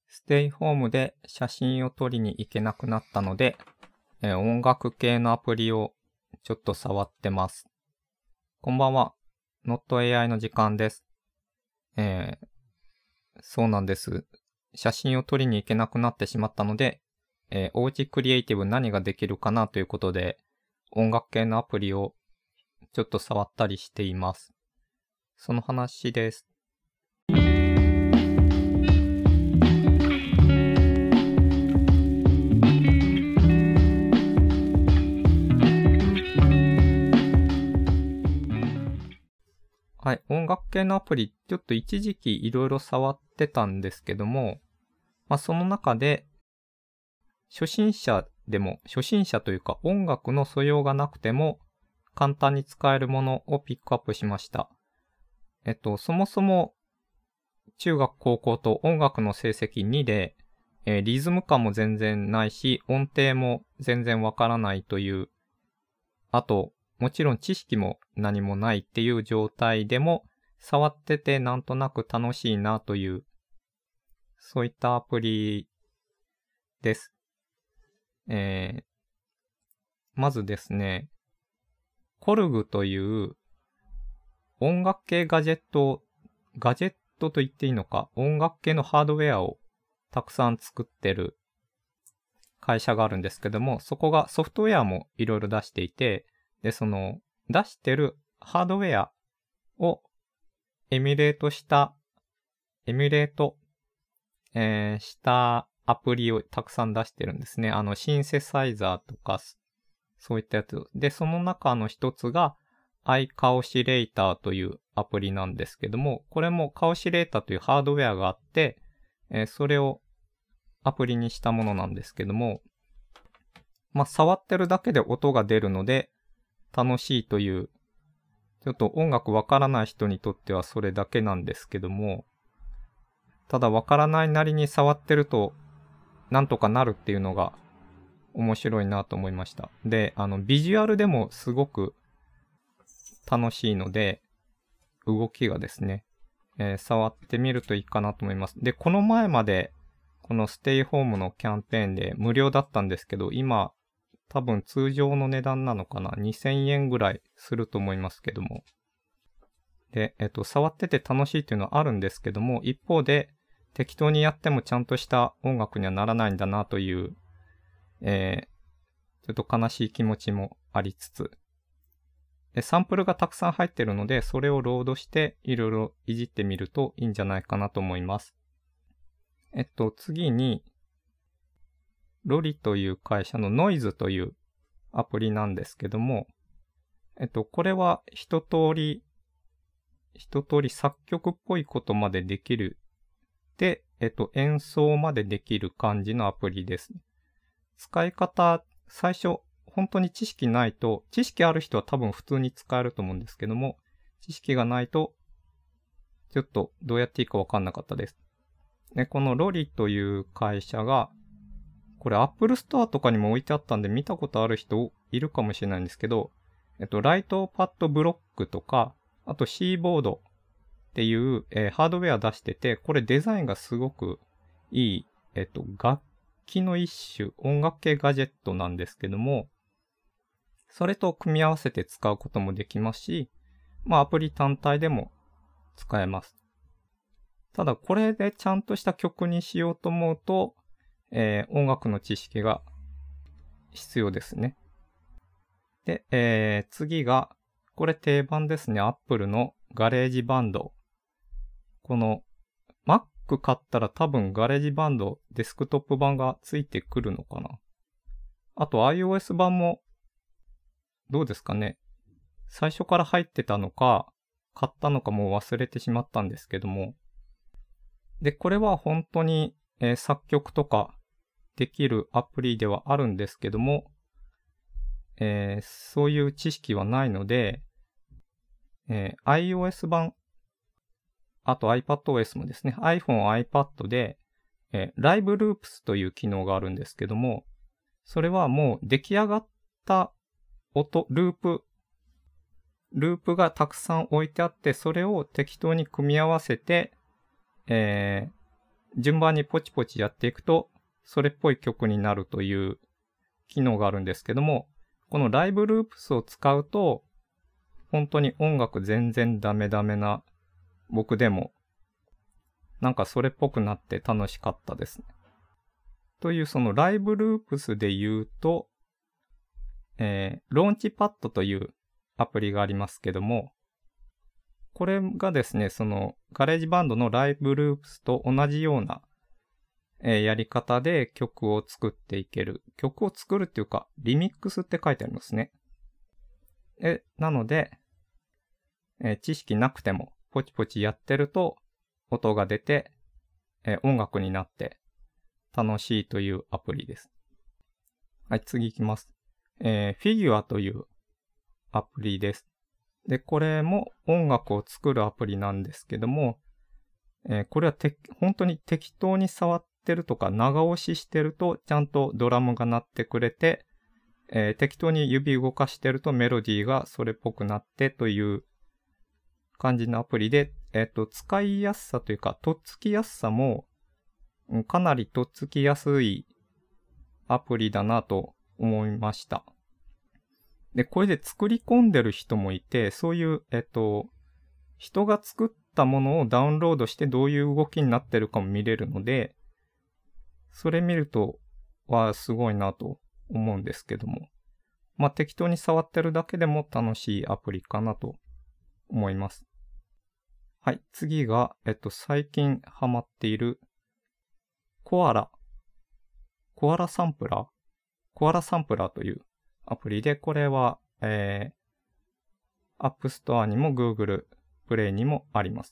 ステイホームで写真を撮りに行けなくなったので、音楽系のアプリをちょっと触ってます。こんばんは。NotAI の時間です。そうなんです。写真を撮りに行けなくなってしまったので、おうちクリエイティブ何ができるかなということで、音楽系のアプリをちょっと触ったりしています。その話です。はい、音楽系のアプリ、ちょっと一時期いろいろ触ってたんですけども、その中で、初心者というか音楽の素養がなくても簡単に使えるものをピックアップしました。そもそも中学高校と音楽の成績2で、リズム感も全然ないし、音程も全然わからないという、あと、もちろん知識も何もないっていう状態でも、触っててなんとなく楽しいなという、そういったアプリです。まずですね、コルグという音楽系ガジェットと言っていいのか、音楽系のハードウェアをたくさん作ってる会社があるんですけども、そこがソフトウェアもいろいろ出していて、で、その出してるハードウェアをエミュレートしたアプリをたくさん出してるんですね。シンセサイザーとか、そういったやつ。で、その中の一つが、iCausilator というアプリなんですけども、これも Causilator というハードウェアがあって、それをアプリにしたものなんですけども、触ってるだけで音が出るので、楽しいという、ちょっと音楽わからない人にとってはそれだけなんですけども、ただわからないなりに触ってると、なんとかなるっていうのが面白いなと思いました。で、ビジュアルでもすごく楽しいので、動きがですね、触ってみるといいかなと思います。で、この前まで、このステイホームのキャンペーンで無料だったんですけど、今、多分通常の値段なのかな ?2000 円ぐらいすると思いますけども。で、触ってて楽しいっていうのはあるんですけども、一方で、適当にやってもちゃんとした音楽にはならないんだなという、ちょっと悲しい気持ちもありつつ、で、サンプルがたくさん入ってるので、それをロードしていろいろいじってみるといいんじゃないかなと思います。次に、ロリという会社のノイズというアプリなんですけども、これは一通り作曲っぽいことまでできる。で、演奏までできる感じのアプリです。使い方、最初、本当に知識ないと、知識ある人は多分普通に使えると思うんですけども、知識がないと、ちょっとどうやっていいかわかんなかったです。で、このロリという会社が、これ Apple Store とかにも置いてあったんで見たことある人いるかもしれないんですけど、ライトパッドブロックとか、あと C ボードっていう、ハードウェア出してて、これデザインがすごくいい、楽器の一種、音楽系ガジェットなんですけども、それと組み合わせて使うこともできますし、アプリ単体でも使えます。ただこれでちゃんとした曲にしようと思うと、音楽の知識が必要ですね。で、次が、これ定番ですね。Apple のガレージバンド。この Mac 買ったら多分ガレージバンドデスクトップ版がついてくるのかな。あと iOS 版もどうですかね。最初から入ってたのか、買ったのかもう忘れてしまったんですけども。で、これは本当に、作曲とかできるアプリではあるんですけども、そういう知識はないので、iOS 版、あと iPadOS もですね、iPhone、iPad で、ライブループスという機能があるんですけども、それはもう出来上がった音、ループがたくさん置いてあって、それを適当に組み合わせて、 順番にポチポチやっていくと、それっぽい曲になるという機能があるんですけども、このライブループスを使うと、本当に音楽全然ダメな僕でも、なんかそれっぽくなって楽しかったですね。というそのライブループスで言うと、ローンチパッドというアプリがありますけども、これがですね、そのガレージバンドのライブループスと同じような、やり方で曲を作っていける。曲を作るっていうか、リミックスって書いてありますね。なので、知識なくてもポチポチやってると音が出て、音楽になって楽しいというアプリです。はい、次行きます。フィギュアというアプリです。で、これも音楽を作るアプリなんですけども、これは本当に適当に触ってるとか長押ししてるとちゃんとドラムが鳴ってくれて、適当に指動かしてるとメロディーがそれっぽくなってという感じのアプリで、使いやすさというか、とっつきやすさもかなりとっつきやすいアプリだなと思いました。で、これで作り込んでる人もいて、そういう、人が作ったものをダウンロードしてどういう動きになってるかも見れるので、それ見ると、すごいなと思うんですけども。まあ、適当に触ってるだけでも楽しいアプリかなと思います。はい、次が、最近ハマっている、コアラサンプラーというアプリで、これは、App Store にも Google Play にもあります。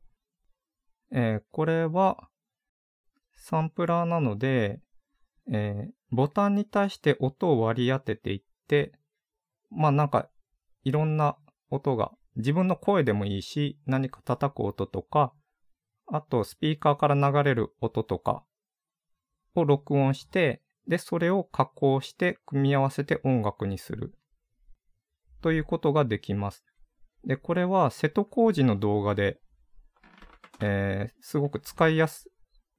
これはサンプラーなので、ボタンに対して音を割り当てていって、まあなんかいろんな音が、自分の声でもいいし、何か叩く音とか、あとスピーカーから流れる音とかを録音して、で、それを加工して組み合わせて音楽にするということができます。で、これは瀬戸康史の動画で、すごく使いやす、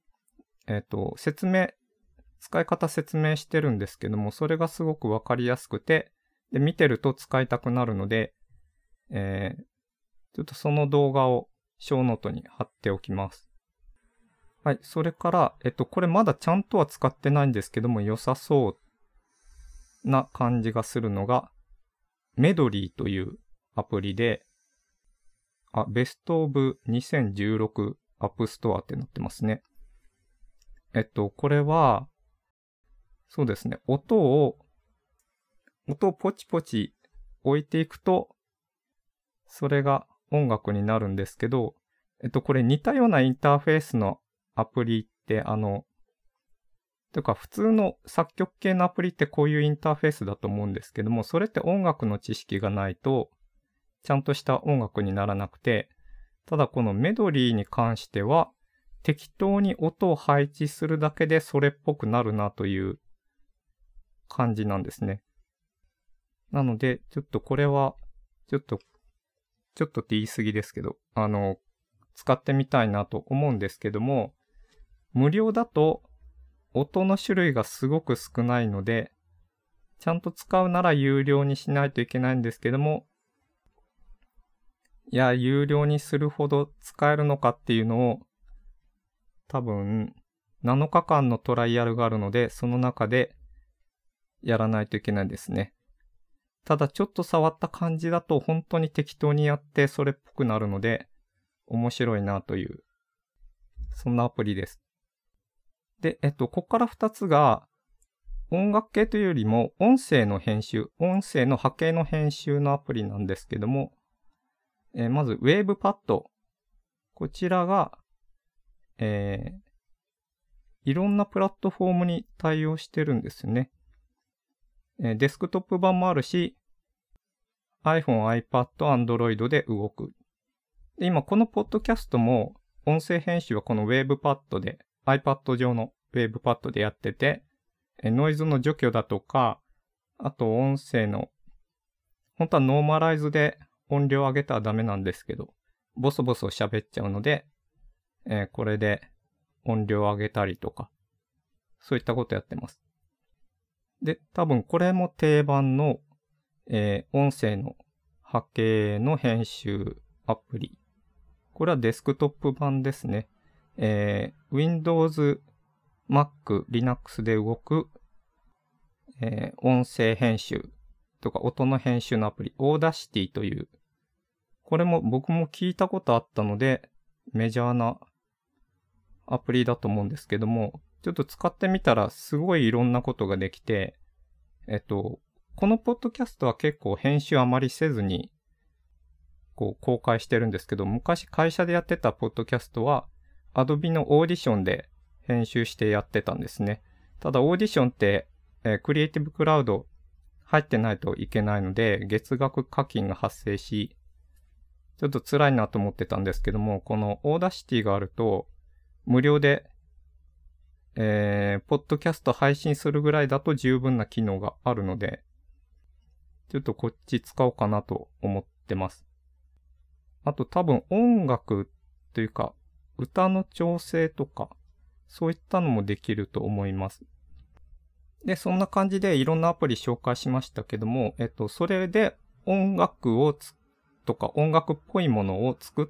使い方説明してるんですけども、それがすごくわかりやすくて、で、見てると使いたくなるので、ちょっとその動画をショーノートに貼っておきます。はい。それから、これまだちゃんとは使ってないんですけども、良さそうな感じがするのが、メドリーというアプリで、ベストオブ2016アップストアってなってますね。これは、そうですね、音をポチポチ置いていくと、それが音楽になるんですけど、これ似たようなインターフェースのアプリって、というか普通の作曲系のアプリってこういうインターフェースだと思うんですけども、それって音楽の知識がないと、ちゃんとした音楽にならなくて、ただこのメドリーに関しては、適当に音を配置するだけでそれっぽくなるなという感じなんですね。なので、ちょっとこれは、ちょっとって言い過ぎですけど、使ってみたいなと思うんですけども、無料だと音の種類がすごく少ないので、ちゃんと使うなら有料にしないといけないんですけども、いや、有料にするほど使えるのかっていうのを、多分、7日間のトライアルがあるので、その中でやらないといけないですね。ただちょっと触った感じだと本当に適当にやってそれっぽくなるので面白いなという、そんなアプリです。で、ここから2つが音楽系というよりも音声の波形の編集のアプリなんですけども、まず WavePad。こちらが、いろんなプラットフォームに対応してるんですよね。デスクトップ版もあるし、iPhone、iPad、Android で動く。で、今このポッドキャストも音声編集はこの WavePad で、iPad 上の WavePad でやってて、ノイズの除去だとか、あと音声の、本当はノーマライズで音量上げたらダメなんですけど、ボソボソ喋っちゃうので、これで音量を上げたりとか、そういったことやってます。で、多分これも定番の、音声の波形の編集アプリ。これはデスクトップ版ですね。Windows、Mac、Linux で動く、音声編集とか音の編集のアプリ、Audacity という、これも僕も聞いたことあったので、メジャーなアプリだと思うんですけども、ちょっと使ってみたらすごいいろんなことができて、このポッドキャストは結構編集あまりせずに、こう公開してるんですけど、昔会社でやってたポッドキャストは、Adobe のオーディションで編集してやってたんですね。ただオーディションって、クリエイティブクラウド入ってないといけないので、月額課金が発生し、ちょっと辛いなと思ってたんですけども、このオーダーシティがあると、無料で、ポッドキャスト配信するぐらいだと十分な機能があるので、ちょっとこっち使おうかなと思ってます。あと多分音楽というか、歌の調整とか、そういったのもできると思います。で、そんな感じでいろんなアプリ紹介しましたけども、それで音楽とか音楽っぽいものを作って、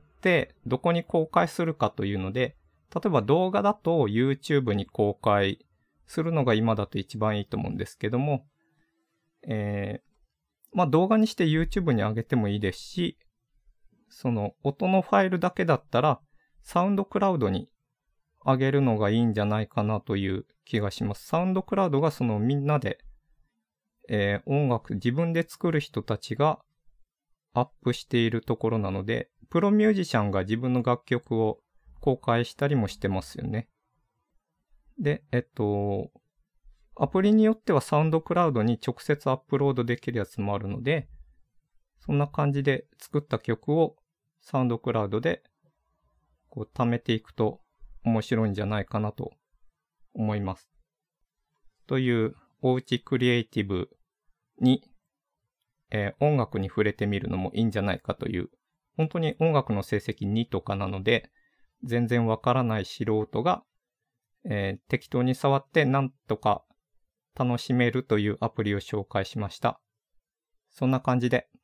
どこに公開するかというので、例えば動画だと YouTube に公開するのが今だと一番いいと思うんですけども、まあ動画にして YouTube に上げてもいいですし、その音のファイルだけだったら、サウンドクラウドに上げるのがいいんじゃないかなという気がします。サウンドクラウドがそのみんなで、音楽自分で作る人たちがアップしているところなので、プロミュージシャンが自分の楽曲を公開したりもしてますよね。で、アプリによってはサウンドクラウドに直接アップロードできるやつもあるので、そんな感じで作った曲をサウンドクラウドでこう貯めていくと面白いんじゃないかなと思います。というおうちクリエイティブに、音楽に触れてみるのもいいんじゃないかという、本当に音楽の成績2とかなので、全然わからない素人が、適当に触ってなんとか楽しめるというアプリを紹介しました。そんな感じで